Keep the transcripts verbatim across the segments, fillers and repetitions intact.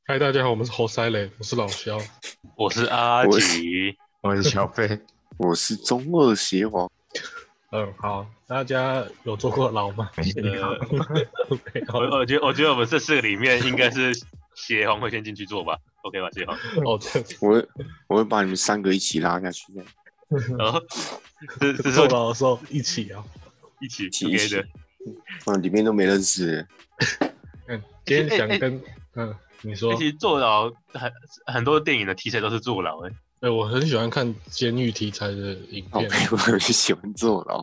嗨，大家好，我们是猴塞雷，我是老肖， 我是阿我吉， 我是小费， 我是中二邪王。 嗯，好，大家有坐过牢吗？ 没有。 呃， 没有我我觉得我觉得我们这四个里面应该是邪皇会先进去做吧 ，OK 吧，邪皇。 哦，这样子， 我会我会把你们三个一起拉下去，这样然后这这是坐牢的时候一起啊。 一起一起 OK 一起的。。 嗯，里面都没认识的。 嗯，今天想欸欸跟嗯，你说， 其实坐牢很很多电影的题材都是坐牢哎、 哎，我很喜欢看监狱题材的影好片， 朋友很喜欢坐牢。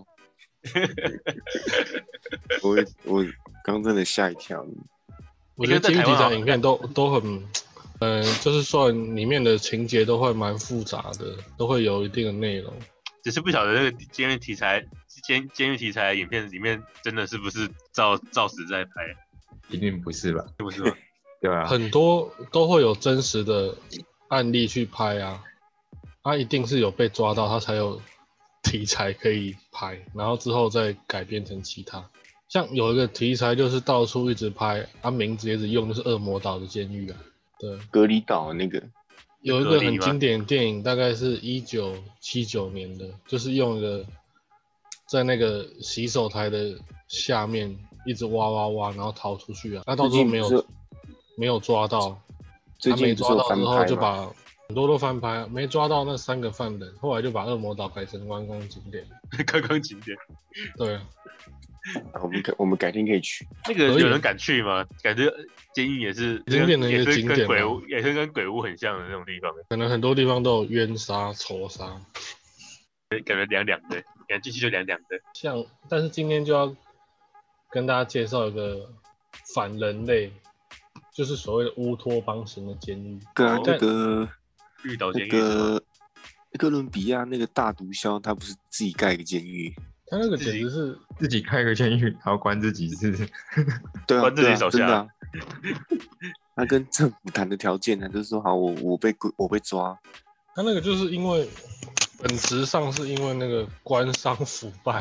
我会我刚真的吓一跳。 我觉得监狱题材影片都都很，嗯，就是算里面的情节都会蛮复杂的，都会有一定的内容。 只是不晓得那个监狱题材监监狱题材的影片里面真的是不是照照实在拍， 一定不是吧？ 是不是吗？ 对啊， 很多都会有真实的案例去拍啊，他一定是有被抓到，他才有题材可以拍，然后之后再改编成其他。像有一个题材就是到处一直拍，他、啊、名字一直用，就是恶魔岛的监狱啊。对， 隔离岛那个有一个很经典的电影，大概是一九七九年的，就是用一个在那个洗手台的下面一直挖挖挖，然后逃出去啊。那到最后没有没有抓到， 最近他没抓到之后就把把很多都翻拍，没抓到那三个犯人，后来就把恶魔岛改成观光景点。 观光景点。 对， 啊我们改我们改天可以去。 那个有人敢去吗？感觉监狱也是已经变成一个景点了， 也是跟鬼屋也是跟鬼屋很像的那种地方， 可能很多地方都有冤杀、仇杀， 感觉凉凉的，感觉进去就凉凉的。 像，但是今天就要跟大家介绍一个反人类，就是所谓的乌托邦型的监狱。 跟哦那个绿岛监狱那个哥伦比亚那个大毒枭，他不是自己盖一个监狱？ 他那个简直是自己开个监狱，然后关自己是， 对啊， 关自己手下对啊真的啊。他跟政府谈的条件呢，就是说好，我我被我被抓， 他那个就是因为本质上是因为那个官商腐败，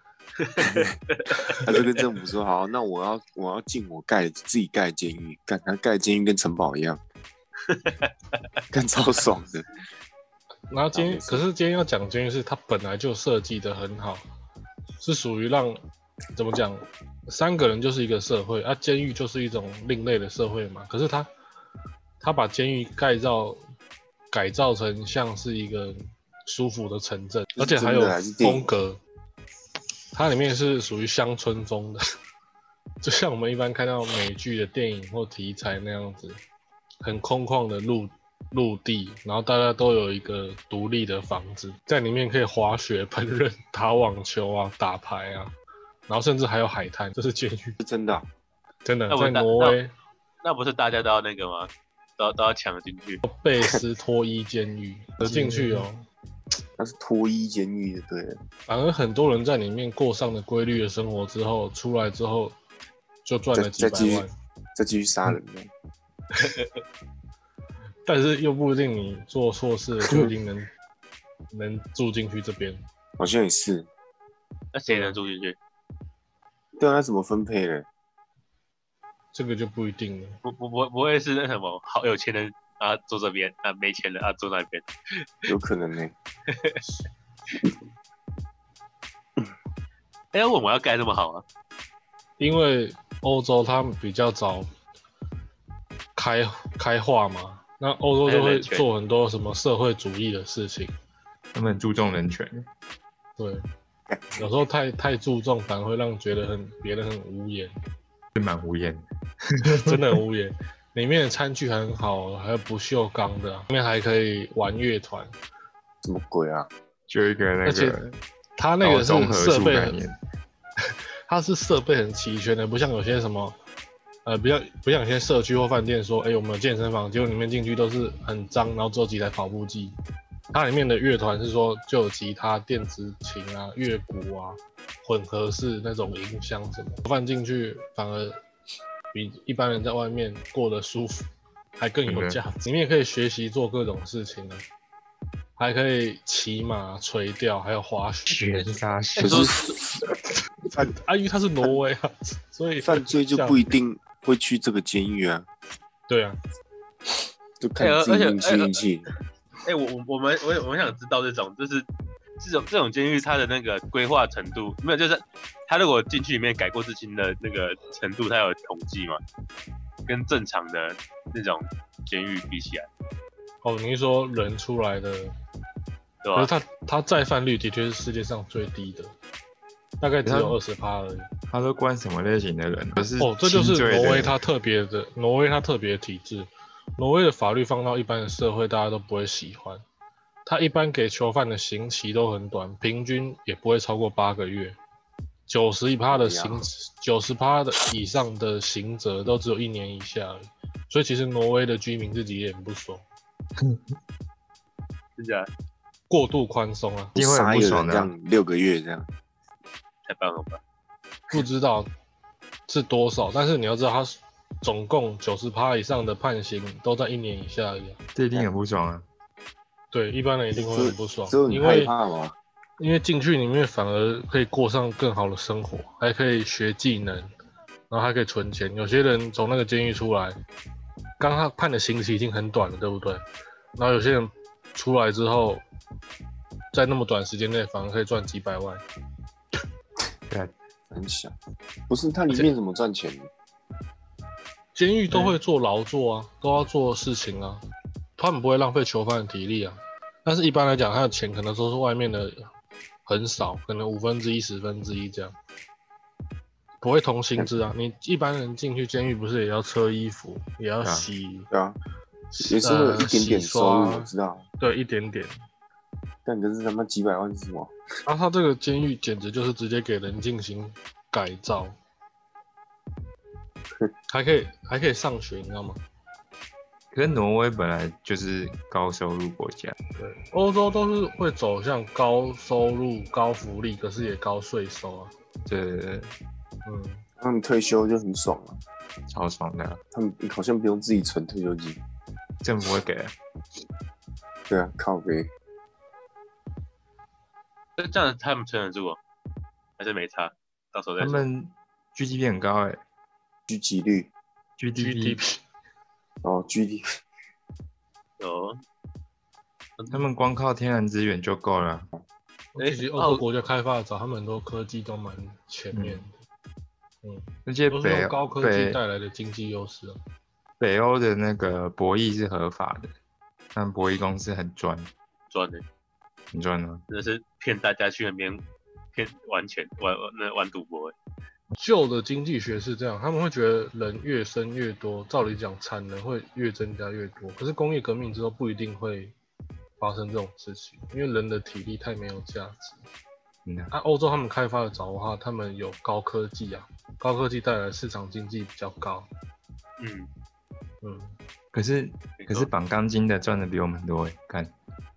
他就跟政府说好，那我要我要进我盖自己盖的监狱，干他盖的监狱跟城堡一样，干超爽的。 然后今天，可是今天要讲监狱是它本来就设计的很好，是属于让怎么讲，三个人就是一个社会啊，监狱就是一种另类的社会嘛。可是他他把监狱改造改造成像是一个舒服的城镇，而且还有风格，它里面是属于乡村风的，就像我们一般看到美剧的电影或题材那样子，很空旷的路。陆地，然后大家都有一个独立的房子，在里面可以滑雪、烹饪、打网球啊、打牌啊，然后甚至还有海滩，这是监狱， 是真的、啊， 真的在挪威那，那不是大家都要那个吗？都都要抢进去。 贝斯托伊监狱得进去哦， 那是脱衣监狱的，对了。 反而很多人在里面过上了规律的生活之后，出来之后就赚了几百万， 再继续杀人呢。 但是又不一定你做错事就一定能能住进去这边， 好像也是。 那谁能住进去？ 对啊，那怎么分配呢？ 这个就不一定了。 不不不不会是那什么好有钱人啊住这边，啊没钱人啊住那边。 有可能呢、欸。 哎、欸，为什么要盖这么好啊？ 因为欧洲他们比较早开开化嘛。那欧洲就会做很多什么社会主义的事情， 他们很注重人权。 对，有时候太太注重，反而会让觉得很别人很无言， 是蛮无言， 真的很无言。里面的餐具很好，还有不锈钢的、啊，里面还可以玩乐团。 什么鬼啊？ 就一个那个， 而且它那个是设备很，它是设备很齐全的，不像有些什么。呃，不像不像有些社区或饭店说，哎、欸，我们有健身房，结果里面进去都是很脏，然后只有几台跑步机。它里面的乐团是说，就有吉他、电子琴啊、乐鼓啊、混合式那种音箱什么，放进去反而比一般人在外面过得舒服，还更有价值。里面可以学习做各种事情啊，还可以骑马、垂钓，还有滑雪。 悬沙雪。 可是犯啊，因为它是挪威啊，所以犯罪就不一定会去这个监狱啊。 对啊， 就看你自己运气运气。 哎、欸，我我我们我我想知道这种就是这种这种监狱它的那个规划程度，没有就是他如果进去里面改过自新的那个程度，他有统计吗？跟正常的那种监狱比起来， 哦，你是说人出来的， 对吧？ 可是他他再犯率的确是世界上最低的，大概只有二十趴而已。 他都关什么类型的人？是哦，这就是挪威它特别的，挪威它特别的体制。挪威的法律放到一般的社会，大家都不会喜欢。他一般给囚犯的刑期都很短，平均也不会超过八个月。九十一趴的刑，九十趴的以上的刑责都只有一年以下而已。所以其实挪威的居民自己也很不爽。 真的？ 过度宽松啊， 因为很不爽的、啊。 这样六个月这样， 太棒了吧？ 不知道是多少，但是你要知道，他总共九十趴以上的判刑都在一年以下而已。 这一定很不爽啊！ 对，一般人一定会很不爽， 因为因为进去里面反而可以过上更好的生活，还可以学技能，然后还可以存钱。有些人从那个监狱出来，刚他判的刑期已经很短了，对不对？然后有些人出来之后，在那么短时间内反而可以赚几百万。 对， 很小。不是，它里面怎么赚钱？ 监狱都会做劳作啊，都要做事情啊，他们不会浪费囚犯的体力啊。但是一般来讲，他的钱可能都是外面的很少，可能五分之一、十分之一这样，不会同薪资啊。你一般人进去监狱不是也要车衣服，也要洗， 对啊，也是会有一点点收入，我知道。 对，一点点。 但可是他妈几百万是什么？ 啊，他这个监狱简直就是直接给人进行改造。还可以还可以上学，你知道吗？ 可是挪威本来就是高收入国家， 对，欧洲都是会走向高收入、高福利，可是也高税收啊。 对， 嗯， 他们退休就很爽了， 超爽的、啊。 他们好像不用自己存退休金， 政府会给、啊。 对啊，靠背。 那这样他们撑得住啊？还是没差？到时候再说。 他们 G D P 很高哎、欸。 聚集率 G D P 哦 G D P 哦， 他们光靠天然资源就够了、啊。 其实欧洲国家开发的早，他们很多科技都蛮前面的。嗯， 而且都是用高科技带来的经济优势啊。 北欧的那个博弈是合法的，但博弈公司很赚， 赚的， 很赚啊！ 真的是骗大家去那边骗玩钱、玩那玩赌博。 旧的经济学是这样，他们会觉得人越生越多，照理讲产能会越增加越多。可是工业革命之后不一定会发生这种事情，因为人的体力太没有价值。 嗯、 啊，欧洲他们开发的早的话，他们有高科技啊，高科技带来的市场经济比较高。 嗯嗯， 可是可是绑钢筋的赚的比我们多哎，看。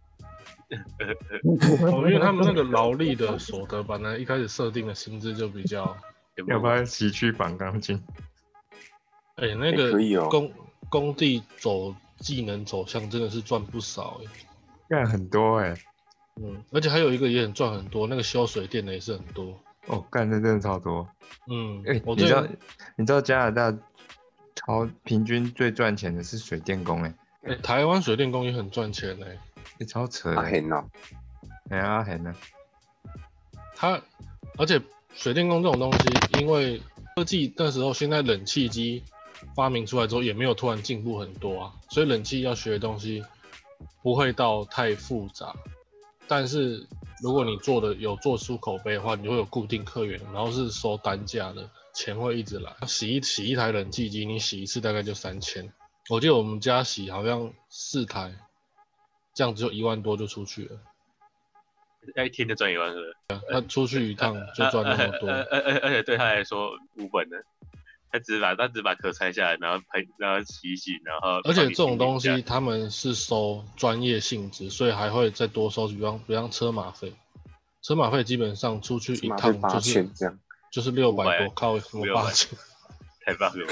哦，因为他们那个劳力的所得本来一开始设定的薪资就比较。 要不要骑去绑钢筋？ 哎、欸，那个工、 欸哦、 工地走技能走向真的是赚不少哎、欸， 干很多哎、欸， 嗯，而且还有一个也很赚很多，那个修水电的也是很多。 哦，干的真的超多。 嗯， 哎、欸，你知道你知道加拿大超平均最赚钱的是水电工哎、 欸，哎、欸，台湾水电工也很赚钱哎、 欸，超扯哎、欸。 啊，哎呀，很呢。 他而且。水电工这种东西，因为科技那时候，现在冷气机发明出来之后，也没有突然进步很多啊，所以冷气要学的东西不会到太复杂。但是如果你做的有做出口碑的话，你会有固定客源，然后是收单价的，钱会一直来。洗一洗一台冷气机，你洗一次大概就三千。我记得我们家洗好像四台，这样只有一万多就出去了。 一天就赚一万是不是？ 他出去一趟就赚那么多， 而而而且对他来说无本的，他只是把他只把壳拆下来，然后拍，然后洗一洗，然后而且这种东西他们是收专业性质，所以还会再多收，比方比方车马费，车马费基本上出去一趟就是这样， 就是六百多，靠什么八千？ 太棒了！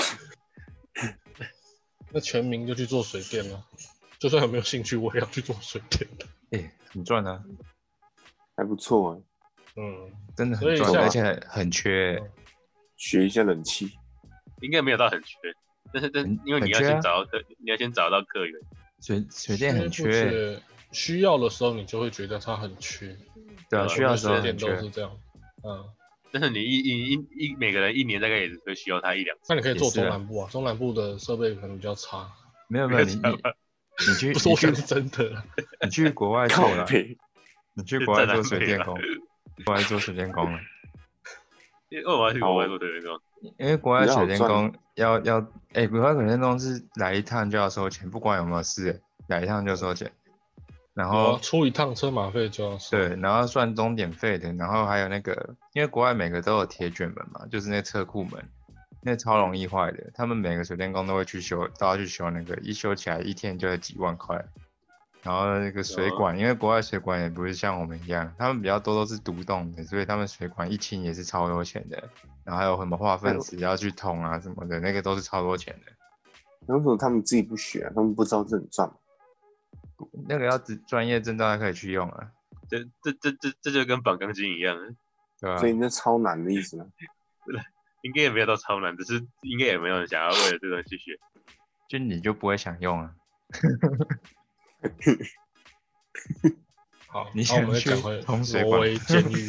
那全民就去做水电了，就算有没有兴趣，我也要去做水电的。 哎、欸，很赚啊！ 还不错哎、 欸，嗯， 真的很赚，而且很缺、欸。 学一下冷气， 应该没有到很缺， 但是但很因为你要很缺啊先找到客，你要先找到客源。 水水电很缺不缺， 缺，需要的时候你就会觉得它很缺。 对啊， 对需要的时候水电很缺都是，这样。嗯， 但是你一一一一每个人一年大概也只会需要它一两次。 那你可以做也是啊中南部啊，中南部的设备可能比较差。 没有没有，你你你去你去不是我讲是真的啦。 你去国外靠做了， 背， 你去国外做水电工，国外做水电工了， 因为我要去国外做水电工， 因为国外水电比较好工要要，哎、国外水电工是来一趟就要收钱，不管有没有事、欸，来一趟就收钱，然有后啊，出一趟车马费就要收。 对，然后算钟点费的，然后还有那个，因为国外每个都有铁卷门嘛，就是那车库门，那超容易坏的，他们每个水电工都会去修，都要去修那个，一修起来一天就要几万块。然后那个水管，因为国外水管也不是像我们一样，他们比较多都是独栋的，所以他们水管一清也是超多钱的。然后还有什么化粪池要去通啊什么的，那个都是超多钱的。 为什么他们自己不学啊？他们不知道这很赚吗？ 那个要专专业证照才可以去用啊， 这这这这这就跟绑钢筋一样， 对吧、 所以那超难的意思吗？ 应该也没有到超难，只是应该也没有人想要为了这东西去学。 就你就不会想用啊。 好， 你那我们再想去讲回通水管挪威监狱。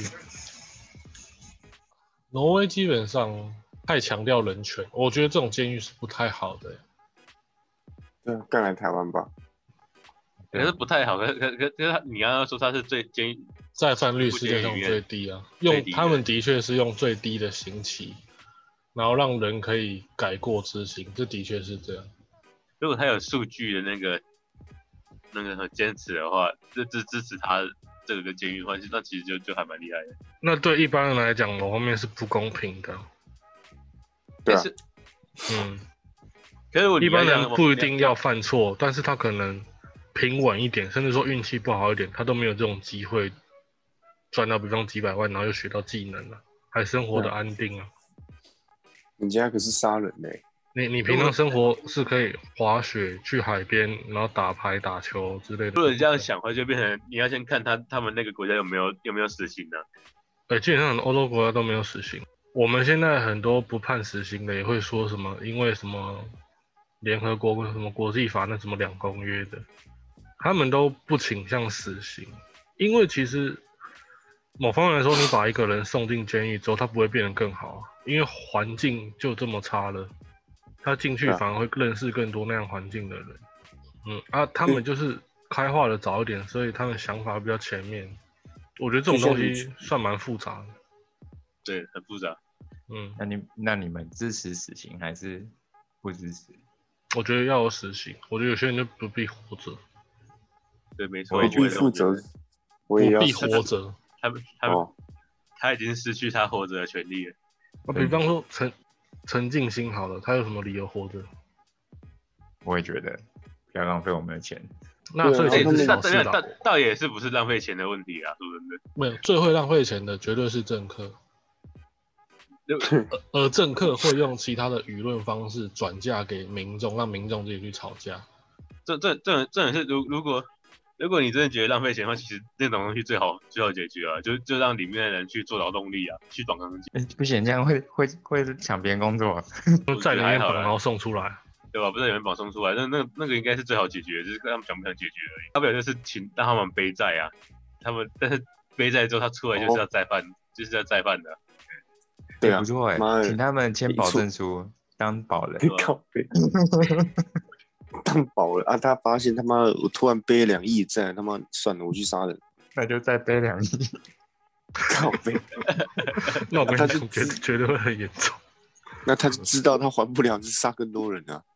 挪威基本上太强调人权，我觉得这种监狱是不太好的。 对啊，干来台湾吧。 可是不太好，可可可可是你刚刚说它是最监狱再犯率世界上最低啊，用最低的他们的确是用最低的刑期，然后让人可以改过自新，这的确是这样。 如果他有数据的那个那个很坚持的话，这支支持他这个监狱的话，那其实就就还蛮厉害的。 那对一般人来讲，某方面是不公平的。 对啊但是嗯， 可是我一般人不一定要犯错，但是他可能平稳一点，甚至说运气不好一点，他都没有这种机会赚到比方几百万，然后又学到技能了，还生活的安定啊。 人家可是杀人嘞、 你你平常生活是可以滑雪、去海边，然后打牌、打球之类的。 如果你这样想的话，就变成你要先看他他们那个国家有没有有没有死刑呢、啊？ 对，基本上欧洲国家都没有死刑。我们现在很多不判死刑的也会说什么，因为什么联合国什么国际法那什么两公约的，他们都不倾向死刑，因为其实某方面来说，你把一个人送进监狱之后，他不会变得更好，因为环境就这么差了，他进去反而会认识更多那样环境的人。嗯啊，他们就是开化的早一点，所以他们想法比较前面。我觉得这种东西算蛮复杂的。 对，很复杂。 嗯， 那你那你们支持死刑还是不支持？ 我觉得要有死刑，我觉得有些人就不必活着， 对，没错。 我必负责，我不必也要死活着。 他们他们、 哦， 他已经失去他活着的权利了。 那比方说陈陈静心好了，他有什么理由活着？ 我也觉得不要浪费我们的钱。 纳税对啊钱是那那小事啦， 倒倒也是不是浪费钱的问题啊？说真的， 没有最会浪费钱的绝对是政客， 就而而政客会用其他的舆论方式转嫁给民众，让民众自己去吵架。 这这这这也是如如果如果你真的觉得浪费钱的话，其实那种东西最好最好解决啊，就就让里面的人去做劳动力啊，去绑钢筋， 欸、不行，这样会会会抢别人工作。 在里面绑， 还好啦然后送出来。 对吧？不是有人绑送出来，那那那个应该是最好解决的，就是看他们想不想解决而已。要不然就是请让他们背债啊，他们但是背债之后他出来就是要再犯，就是要再犯的。 对啊欸不，错哎、 妈的请他们签保证书当保人。 靠背，当保了啊！他发现他妈的我突然背了两亿债，他妈算了，我去杀人， 那就再背两亿。 靠背。 那我跟他就你讲，绝对绝对会很严重。 那他就知道他还不了，就杀更多人啊。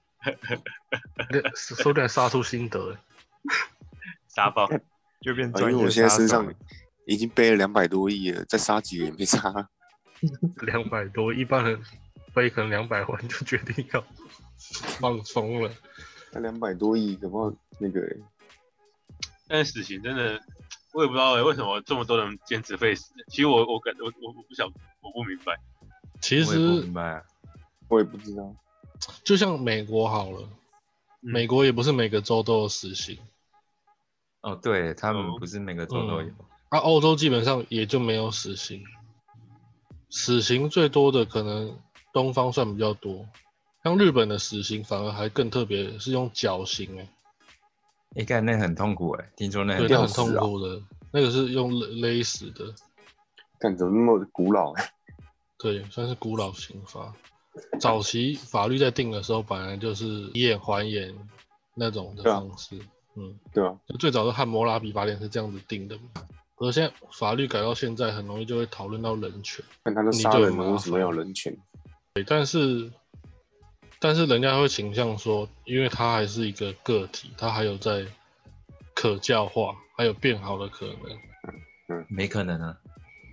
说不定杀出心得欸。 沙包， 就变啊因专业为我现在杀手身上已经背了两百多亿了，再杀几个也没差。 两百多，一般人背可能两百万就决定要放松了。 那两百多亿，怎么那个、欸？ 但是死刑真的，我也不知道、欸、为什么这么多人坚持废死。其实我我感我我我不想我不明白。 其我也不实明白啊。 我也不知道。 就像美国好了， 嗯美国也不是每个州都有死刑， 哦，对他们哦不是每个州都有。 啊，欧洲基本上也就没有死刑。死刑最多的可能东方算比较多， 像日本的死刑反而还更特别，是用绞刑哎。 哎、欸，干那很痛苦哎，听说那对， 很那很痛苦的，那个是用勒勒死的。 干怎么那么古老？ 对，算是古老刑罚。早期法律在定的时候，本来就是以眼还眼那种的方式。嗯， 对啊， 最早的汉谟拉比法典是这样子定的。可是现在法律改到现在，很容易就会讨论到人权。 但他都杀人了，为什么要人权？ 对，但是但是人家会倾向说，因为他还是一个个体，他还有在可教化，还有变好的可能。 嗯，没可能啊。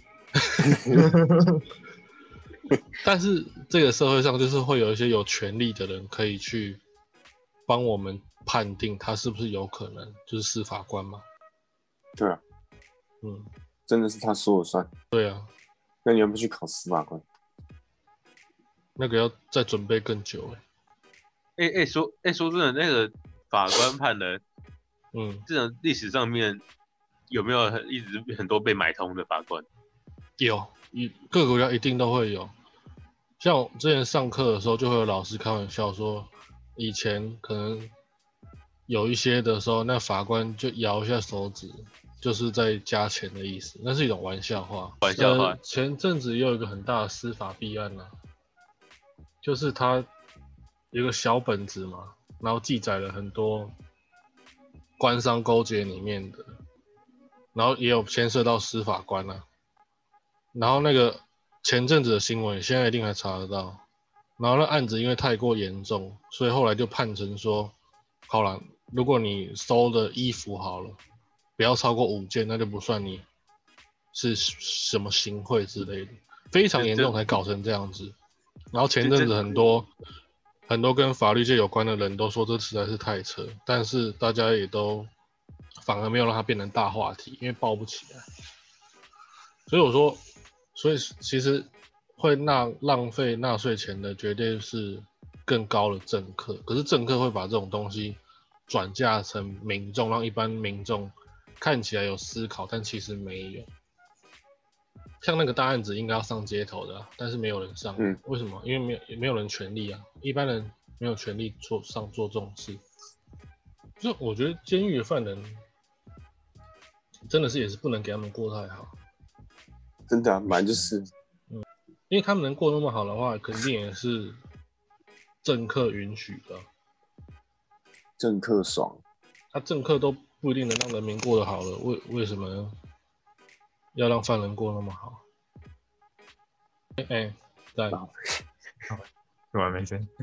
但是这个社会上就是会有一些有权利的人可以去帮我们判定他是不是有可能，就是司法官嘛。 对啊， 嗯， 真的是他说了算。 对啊， 那你要不要去考司法官？ 那个要再准备更久哎。 哎、欸、哎、欸、说哎、欸、说真的，那个法官判的， 嗯， 这种历史上面有没有一直很多被买通的法官？ 有，各个国家一定都会有。像我之前上课的时候，就会有老师开玩笑说，以前可能有一些的时候，那法官就摇一下手指，就是在加钱的意思，那是一种玩笑话。 玩笑话。 呃、前阵子也有一个很大的司法弊案啊，就是他有一个小本子嘛，然后记载了很多官商勾结里面的，然后也有牵涉到司法官啊。然后那个前阵子的新闻，现在一定还查得到。然后那案子因为太过严重，所以后来就判成说，好了，如果你收的衣服好了，不要超过五件，那就不算你是什么行贿之类的，非常严重才搞成这样子。然后前阵子很多很多跟法律界有关的人都说这实在是太扯，但是大家也都反而没有让它变成大话题，因为爆不起来。所以我说。所以其实会纳浪费纳税钱的绝对是更高的政客，可是政客会把这种东西转嫁成民众，让一般民众看起来有思考，但其实没有。像那个大案子应该要上街头的、啊，但是没有人上， 嗯， 为什么？因为没有没有人权利啊，一般人没有权利做上做这种事。就我觉得监狱的犯人真的是也是不能给他们过太好。 真的啊，本来就是， 嗯，因为他们能过那么好的话，肯定也是政客允许的。 政客爽， 他、啊、政客都不一定能让人民过得好了，为为什么要让犯人过那么好？哎、欸，在， 突然没声音，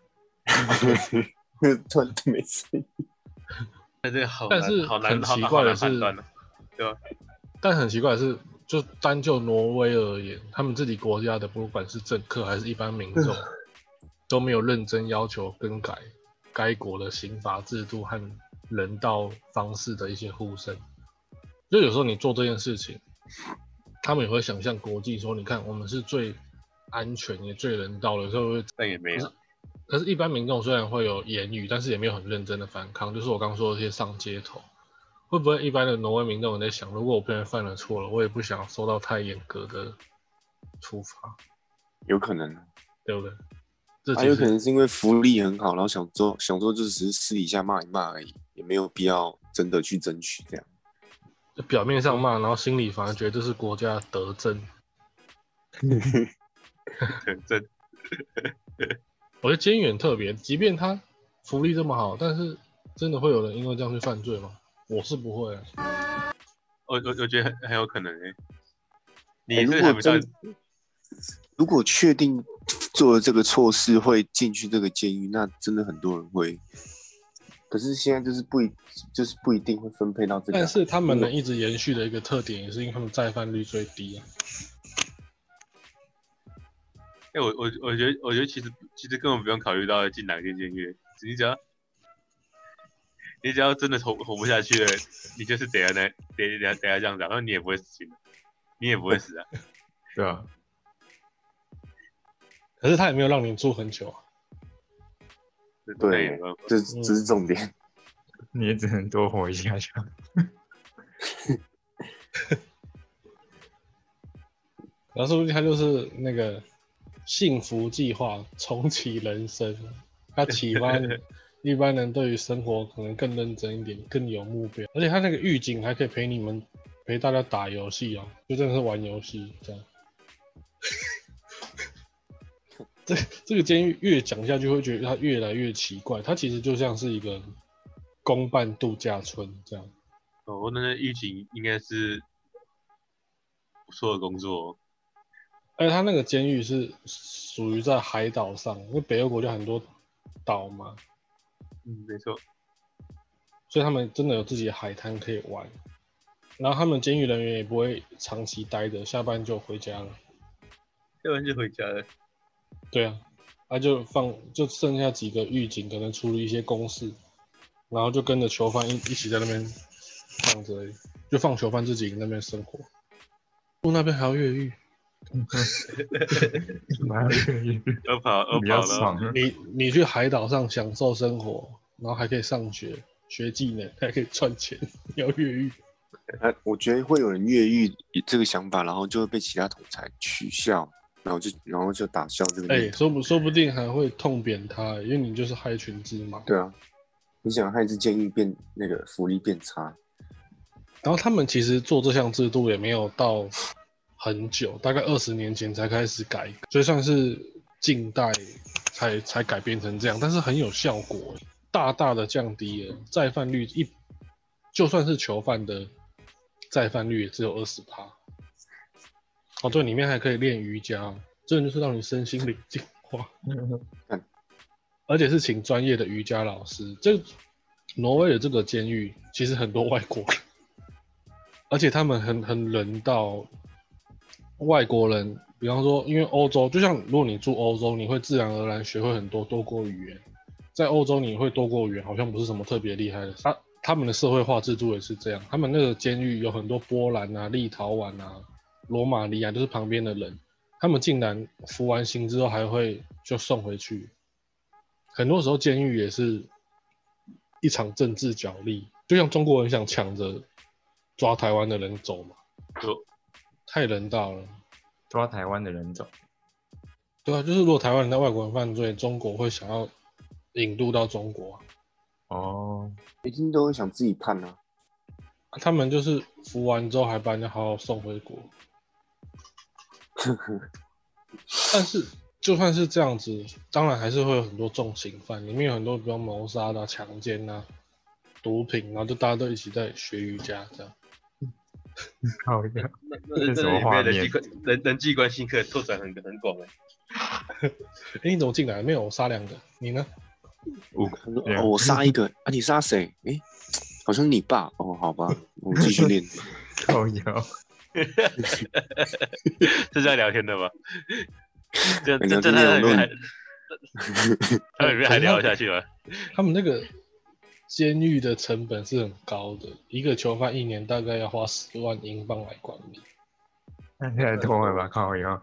突然没声音。 但这个好但是很奇怪的是， 对吧？ 但很奇怪的是。就单就挪威而言，他们自己国家的不管是政客还是一般民众，都没有认真要求更改该国的刑罚制度和人道方式的一些呼声。就有时候你做这件事情，他们也会想象国际说，你看我们是最安全也最人道的，所以会， 但也没有。 可是，可是一般民众虽然会有言语，但是也没有很认真的反抗，就是我刚说的一些上街头。会不会一般的挪威民众在想，如果我不然犯了错了，我也不想受到太严格的处罚？ 有可能， 对不对？这还、啊、有可能是因为福利很好，然后想说想说就只是私底下骂一骂而已，也没有必要真的去争取这样。 就表面上骂，然后心里反而觉得这是国家的德政。 德政。 我觉得监狱很特别，即便他福利这么好，但是真的会有人因为这样去犯罪吗？我是不会、啊。 我我我觉得很很有可能诶、欸。你是还没到、欸、如果确定做了这个错事会进去这个监狱，那真的很多人会。可是现在就是不一，就是不一定会分配到这个。 但是他们能一直延续的一个特点，也是因为他们再犯率最低啊。 哎、欸，我我我觉得我觉得其实其实根本不用考虑到进哪间监狱，你只要你只要真的活活不下去了，你就是得要那得得得要这样子，然后你也不会死刑，你也不会死啊。 对啊。 可是他也没有让你住很久啊。 对，这这是重点。 你也只能多活一下下。 然后说不定他就是那个幸福计划重启人生，它启发你一般人对于生活可能更认真一点，更有目标。而且它那个狱警还可以陪你们陪大家打游戏哦，就真的是玩游戏这样。这这个监狱越讲下去，会觉得它越来越奇怪。它其实就像是一个公办度假村这样。 哦，那狱警应该是不错的工作。 而且它那个监狱是属于在海岛上，因为北欧国家很多岛嘛。 嗯，没错。 所以他们真的有自己的海滩可以玩。然后他们监狱人员也不会长期待着，下班就回家了。 下班就回家了。 对啊，他、啊、就放就剩下几个狱警，可能处理一些公事，然后就跟着囚犯一一起在那边放着而已，就放囚犯自己那边生活。不，那边还要越狱。 哪有越狱？ 要跑要比较跑爽了。 你你去海岛上享受生活，然后还可以上学学技能，还可以赚钱，你要越狱。 啊，我觉得会有人越狱这个想法，然后就会被其他同才取笑，然后就然后就打消这个哎、 念头。 说不说不定还会痛扁他，因为你就是害群之马。 对啊，你想害这监狱变那个福利变差， 然后他们其实做这项制度也没有到很久，大概二十年前才开始改革，所以算是近代才才改变成这样，但是很有效果，大大的降低了再犯率一，就算是囚犯的再犯率也只有二十趴。哦，对，里面还可以练瑜伽，真的就是让你身心灵净化， 嗯而且是请专业的瑜伽老师。这挪威的这个监狱其实很多外国人，而且他们很很人道。外国人，比方说，因为欧洲，就像如果你住欧洲，你会自然而然学会很多多国语言。在欧洲，你会多国语言，好像不是什么特别厉害的事。他他们的社会化制度也是这样，他们那个监狱有很多波兰啊、立陶宛啊、罗马尼亚，就是旁边的人，他们竟然服完刑之后还会就送回去。很多时候，监狱也是一场政治角力，就像中国人想抢着抓台湾的人走嘛。 就太人道了， 抓台湾的人走。 对啊，就是如果台湾人在外国人犯罪，中国会想要引渡到中国啊。 哦， 一定都会想自己判啊。 他们就是服完之后还把人家好好送回国。但是就算是这样子，当然还是会有很多重刑犯，里面有很多比如谋杀的、啊、强奸啊、毒品，然后就大家都一起在学瑜伽这样。 靠一下， 那那这什么画面人际关人人际关系可以拓展很很广哎。 哎、欸，你怎么进来？没有，我杀两个，你呢？ 五他说：“哦，我杀一个啊，你杀谁？哎、欸，好像是你爸哦，好吧，我们继续练。 靠腰， 这是在聊天的吗？这这聊这天内容都他里面还，他里面还聊下去吗？ 他们那个监狱的成本是很高的，一个囚犯一年大概要花十万英镑来管理。 那现在多了吧？靠腰，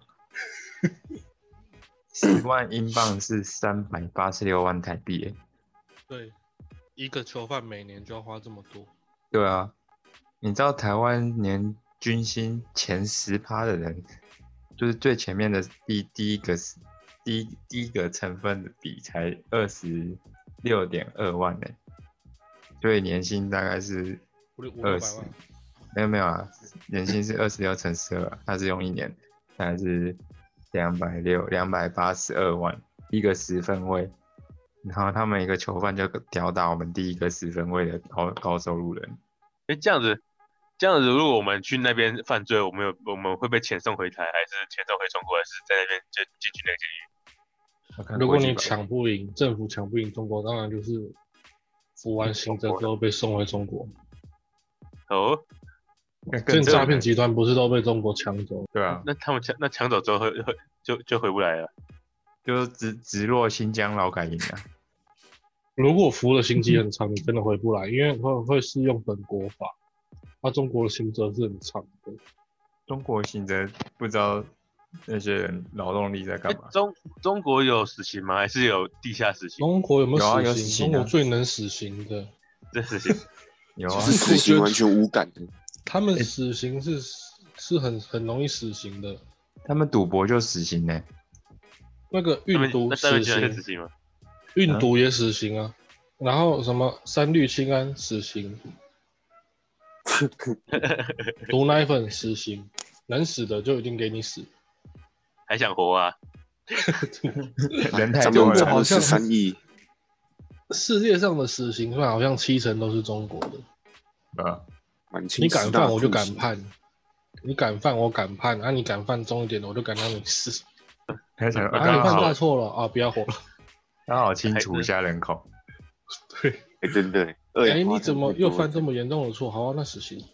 十万英镑是三百八十六万台币耶。 对，一个囚犯每年就要花这么多。 对啊，你知道台湾年均薪前十趴的人，就是最前面的第第一个第一第一个成分的比才二十六点二万呢，所以年薪大概是二十。没有没有啊，年薪是二十六乘十二，它是用一年，大概是两百六两百八十二万一个十分位，然后他们一个囚犯就吊打我们第一个十分位的高高收入人。 哎，这样子，这样子，如果我们去那边犯罪，我们有我们会被遣送回台，还是遣送回中国，还是在那边就进去那个监狱？ 如果你抢不赢，政府抢不赢中国，当然就是服完刑责之后被送回中国。 哦， 这诈骗集团不是都被中国抢走？ 对啊， 那他们抢那抢走之后会会就就回不来了， 就直直落新疆劳改营啊。 如果服的刑期很长，你真的回不来，因为会会适用本国法。那、啊、中国的刑责是很长的。 中国刑责不知道那些人劳动力在干嘛？ 中中国有死刑吗？还是有地下死刑？ 中国有没有死刑？ 有啊有死刑啊、 中国最能死刑的。 这死刑有啊， 是死刑完全无感的。 他们死刑是、欸、是很很容易死刑的。 他们赌博就死刑呢。 那个运毒那死刑刑，运毒也死刑啊。然后什么三氯氰胺死刑，毒奶粉死刑，能死的就一定给你死， 还想活啊？ 人太多了， 好像十三亿。 世界上的死刑犯好像七成都是中国的。 啊， 你敢犯我就敢判，你敢犯我敢判，啊你敢犯重一点的我就敢让你死。 还想啊你犯大错了啊，不要活了。 刚好清除一下人口。 对， 哎、欸，真的哎， 哎、欸，你怎么又犯这么严重的错？好啊，那死刑。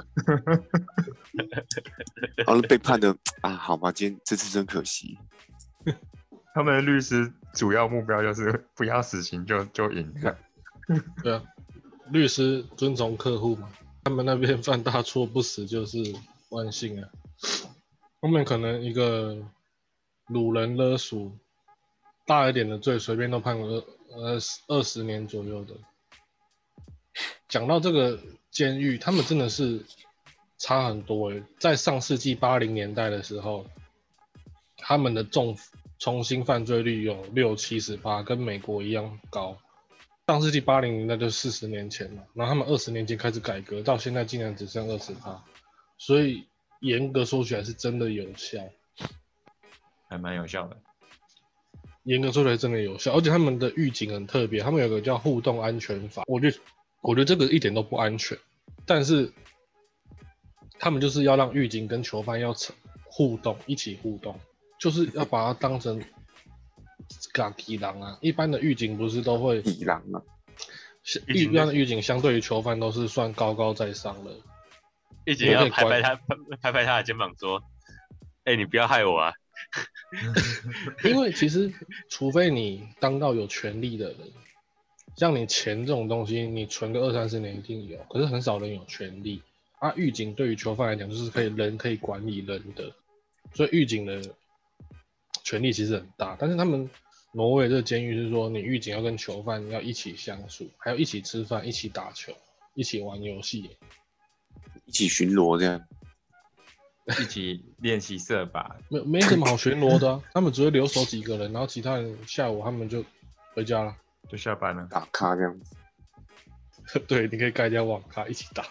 然后被判的啊，好吧，今天这次真可惜。 他们的律师主要目标就是不要死刑就就赢了。 对啊，律师遵从客户嘛，他们那边犯大错不死就是万幸啊。他们可能一个掳人勒赎，大一点的罪随便都判个呃二十年左右的。讲到这个监狱，他们真的是差很多诶。在上世纪八零年代的时候，他们的重重新犯罪率有六七十趴，跟美国一样高。上世纪八零年代就四十年前嘛，然后他们二十年前开始改革，到现在竟然只剩二十趴，所以严格说起来是真的有效， 还蛮有效的。 严格说起来真的有效，而且他们的狱警很特别，他们有个叫互动安全法，我觉得我觉得这个一点都不安全，但是他们就是要让狱警跟囚犯要互动，一起互动，就是要把它当成嘎提狼啊。一般的狱警不是都会提狼啊， 一般的狱警相对于囚犯都是算高高在上的， 狱警要拍拍他拍拍他的肩膀说：“哎、欸，你不要害我啊！” 因为其实除非你当到有权力的人，像你钱这种东西，你存个二三十年一定有，可是很少人有权利啊。狱警对于囚犯来讲，就是可以人可以管理人的，所以狱警的权力其实很大。但是他们挪威这个监狱是说，你狱警要跟囚犯要一起相处，还有一起吃饭、一起打球、一起玩游戏、 一起巡逻这样。 一起练习射靶， 没没什么好巡逻的、啊，他们只会留守几个人，然后其他人下午他们就回家了， 就下班了， 打卡这样子。 对，你可以盖掉网咖一起打，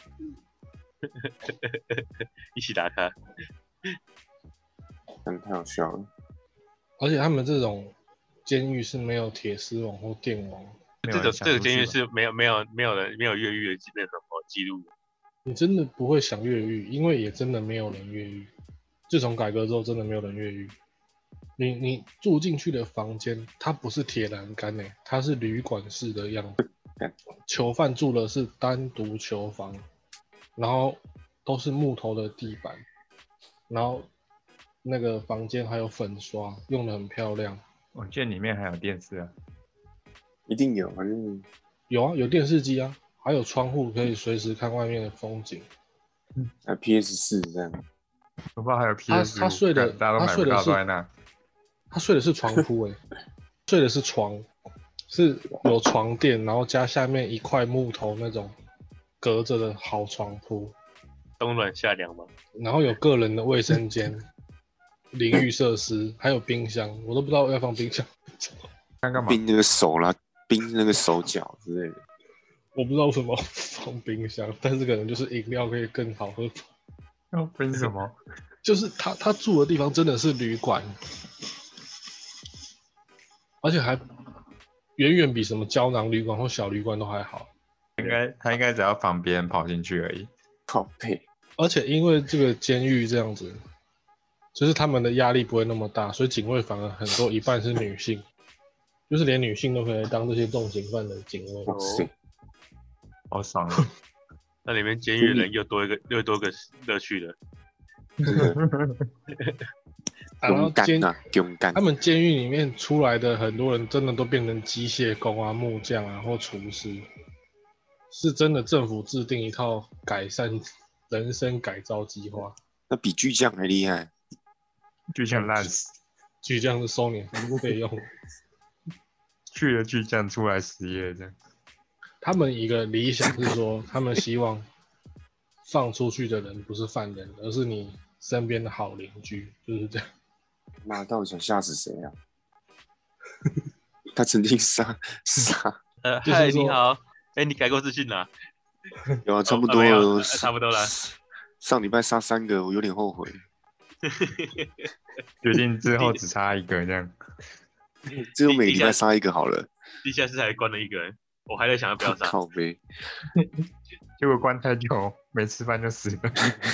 一起打卡， 真的太好笑了。 而且他们这种监狱是没有铁丝网或电网， 这个这个监狱是没有没有没有人没有越狱的基本什么记录的。 你真的不会想越狱，因为也真的没有人越狱。自从改革之后，真的没有人越狱。你你住进去的房间，它不是铁栏杆诶，它是旅馆式的样子。囚犯住的是单独囚房，然后都是木头的地板，然后那个房间还有粉刷，用得很漂亮。 我记得里面还有电视啊， 一定有，反正有啊，有电视机啊。还有窗户可以随时看外面的风景， 还 P S 四这样， 我不知道还有 P S 五， 他他睡的， 大家都买不到都在那。 他睡的是床铺诶，睡的是床，是有床垫，然后加下面一块木头那种隔着的好床铺， 冬暖夏凉吗？ 然后有个人的卫生间、淋浴设施，还有冰箱，我都不知道要放冰箱干嘛？ 冰那个手啦，冰那个手脚之类的。 我不知道为什么放冰箱，但是可能就是饮料可以更好喝。 要冰什么？ 就是他他住的地方真的是旅馆，而且还远远比什么胶囊旅馆或小旅馆都还好。 应该他应该只要防别人跑进去而已。 靠背。 而且因为这个监狱这样子，就是他们的压力不会那么大，所以警卫反而很多，一半是女性，就是连女性都可以当这些重刑犯的警卫。 哇塞！ 好爽啊！ 那里面监狱的人又多一个又多个乐趣了。 勇敢啊，勇敢！ 他们监狱里面出来的很多人，真的都变成机械工啊、木匠啊或厨师，是真的政府制定一套改善人生改造计划。 那比巨匠还厉害。 巨匠烂死， 巨匠是收你费用。 去了巨匠出来失业这样。 他们一个理想是说，他们希望放出去的人不是犯人，而是你身边的好邻居，就是这样。 妈，到底想吓死谁啊？他曾经杀杀， 呃， 就是嗨， 说你好，哎，你改过自信了？ 有啊，差不哦没有多了， 呃差不多了。 上礼拜杀三个，我有点后悔。 决定之后只差一个这样。 只有每个礼拜杀一个好了。 地下室还关了一个人，我还在想要不要杀。 靠背， 结果关太久，没吃饭就死了。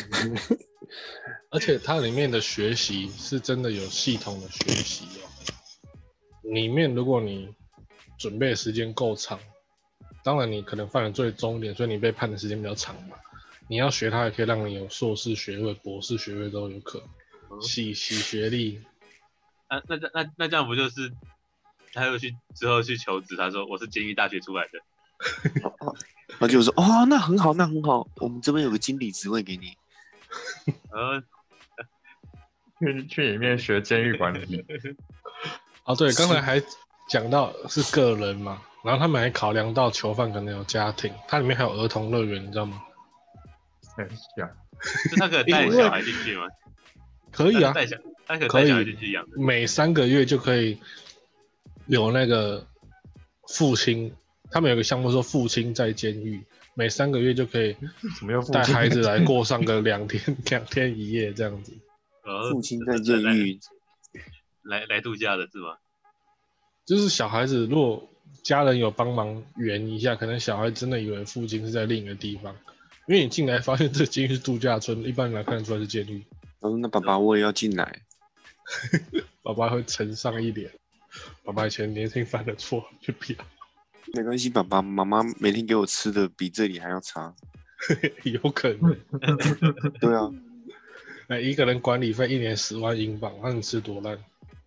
而且它里面的学习是真的有系统的学习哦。里面如果你准备的时间够长，当然你可能犯了罪重点，所以你被判的时间比较长嘛。你要学它，也可以让你有硕士学位、博士学位都有可能，洗洗学历。 啊，那那那那这样不就是他又去之后去求职，他说我是监狱大学出来的， 他就说哦，那很好，那很好，我们这边有个经理职位给你。 呃， 去去里面学监狱管理。 哦，对，刚才还讲到是个人嘛，然后他们还考量到囚犯可能有家庭，它里面还有儿童乐园，你知道吗？ 很像。 是他可以带小孩进去吗？ 可以啊， 带小，他可以可以带小孩进去养的。 每三个月就可以有那个父亲，他们有个项目说父亲在监狱，每三个月就可以怎么又父亲带孩子来过上个两天两天一夜这样子。 呃父亲在监狱， 来来度假的是吗？ 就是小孩子如果家人有帮忙圆一下，可能小孩真的以为父亲是在另一个地方，因为你进来发现这监狱是度假村，一般人来看得出来是监狱。 他说那爸爸我也要进来。 爸爸会沉上一脸，爸爸以前年轻犯的错就不要。 没关系，爸爸妈妈每天给我吃的比这里还要差。 有可能。 对啊， 哎，一个人管理费一年十万英镑，那你吃多烂？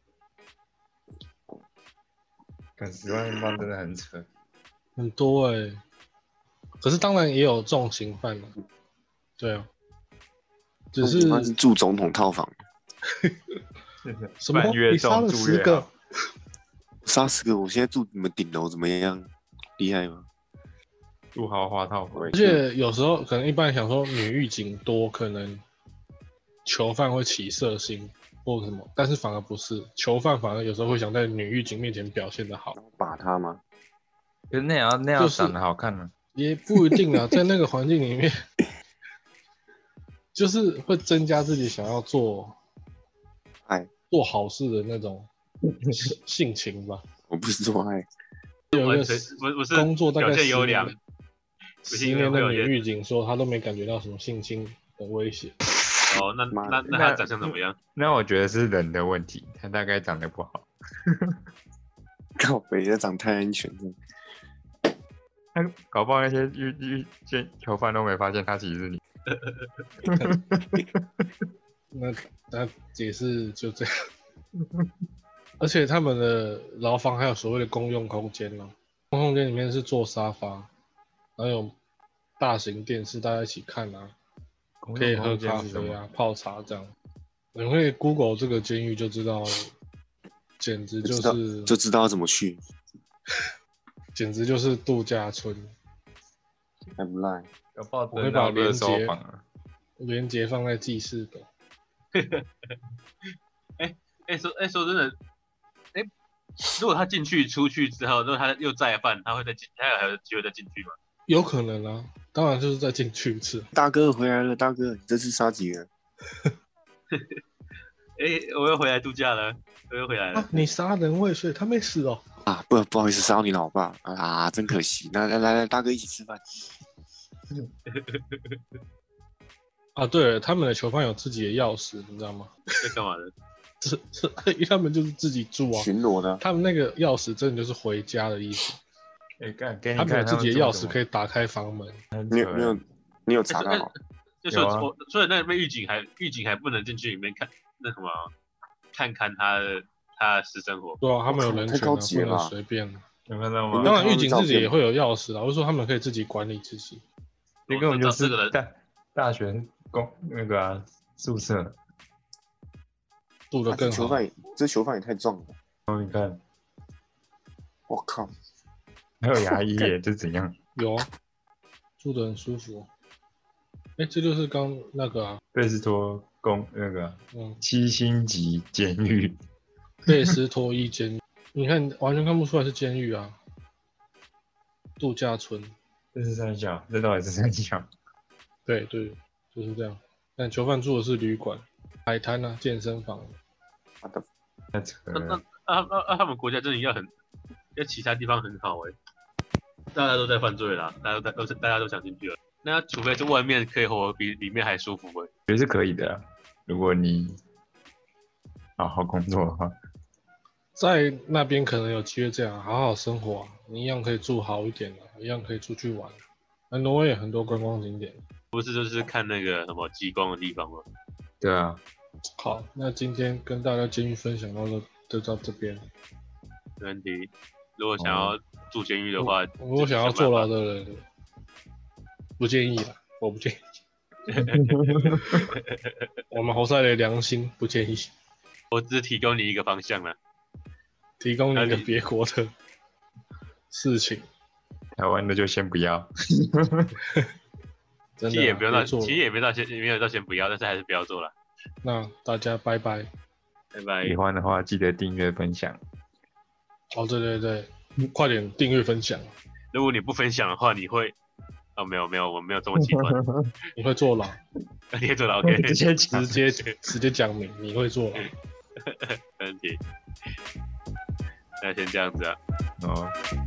看十万英镑真的很扯。 很多哎、欸。可是当然也有重刑犯了。对啊。只是他是住总统套房。 什么？ 越你杀了重住越十个好？ 杀十个，我现在住你们顶楼怎么样？厉害吗？ 住豪华套房。 而且有时候可能一般人想说女狱警多，可能囚犯会起色心或什么，但是反而不是，囚犯反而有时候会想在女狱警面前表现得好。 把他吗？ 可是那样那样就是长得好看吗？ 也不一定啊，在那个环境里面，就是会增加自己想要做爱做好事的那种性性情吧。 我不是做爱。 有一个完全我我是工作大概表现十优良年， 不十年的女信会有些狱警说，他都没感觉到什么性侵的威胁。 哦，那妈那那他长相怎么样？ 那我觉得是人的问题，他大概长得不好。 靠北，他长太安全了。 他搞不好那些狱狱监囚犯都没发现他其实是你。 那那解释就这样。而且他们的牢房还有所谓的公用空间呢、啊，公用空间里面是坐沙发，然后有大型电视，大家一起看啊，可以喝咖啡啊、泡茶这样。你会 Google 这个监狱就知道，简直就知道是就知道怎么去， 简直就是度假村。 还不赖。 搞不好我会把等到热链接搜榜啊。 连接放在记事本。 哎哎说哎说真的，哎，如果他进去出去之后，如果他又再犯，他会再进，他有还有机会再进去吗？ 有可能啊，当然就是再进去一次。 大哥回来了，大哥，你这次杀几个？ 哎，我又回来度假了，我又回来了。 啊，你杀人未遂，他没死哦。 啊，不不好意思，杀到你老爸啊，真可惜。那来来来，大哥一起吃饭。 啊，对了，他们的囚犯有自己的钥匙，你知道吗？ 在干嘛的？ 是是，因为他们就是自己住啊。 巡逻的。 他们那个钥匙真的就是回家的意思。 哎，干，给你他们有看自己的钥匙可以。 以打开房门。 你有你有你有查到吗？ 就说有啊我，所以那边狱警还狱警还不能进去里面看那什么，看看他的他的私生活。 对啊，他们有人太权啊，不能高级了吧随便。 有看到有吗？ 当然， 看到狱警照片自己也会有钥匙啊，我是说他们可以自己管理自己， 这根本就是这个人大大学公那个啊宿舍。 住得更好。 啊这囚犯也这囚犯也太壮了。 哦，你看， 我靠， 还有牙医耶，这怎样？ 有啊，住得很舒服。哎，这就是刚那个啊， 贝斯托公那个嗯， 七星级监狱， 贝斯托伊监狱，你看完全看不出来是监狱啊，度假村。 这是三小，这到底是三小？ 对对，就是这样。但囚犯住的是旅馆、海滩啊、健身房。 好的， 太扯那那了。 啊啊啊！他们国家真的要很，在其他地方很好哎、大家都在犯罪啦，大家都都是大家都想进去了。那除非是外面可以活得比里面还舒服哎、 觉得是可以的啊，如果你好好工作的话。 在那边可能有机会这样好好生活、啊，你一样可以住好一点的、啊，一样可以出去玩。那挪威也很多观光景点。 不是就是看那个什么极光的地方吗？ 对啊， 好，那今天跟大家监狱分享到就就到这边。 没问题。如果想要住监狱的话， 如果想要坐牢的人，不建议啦，我不建议。我们侯赛的良心不建议， 我只是提供你一个方向了。 提供你一个别国的事情。 台湾的就先不要。 真的、啊、 其实也不用到， 做其实也没到先，也没有到先不要，但是还是不要做了。 那大家拜拜， 拜拜。 喜欢的话记得订阅分享。 哦，对对对，快点订阅分享。 如果你不分享的话，你会……哦，没有没有，我没有这么极端。 你会坐牢， 你会坐牢 ，OK？ 直接讲直接直接讲明你会坐牢。 没问题。那先这样子啊。 哦。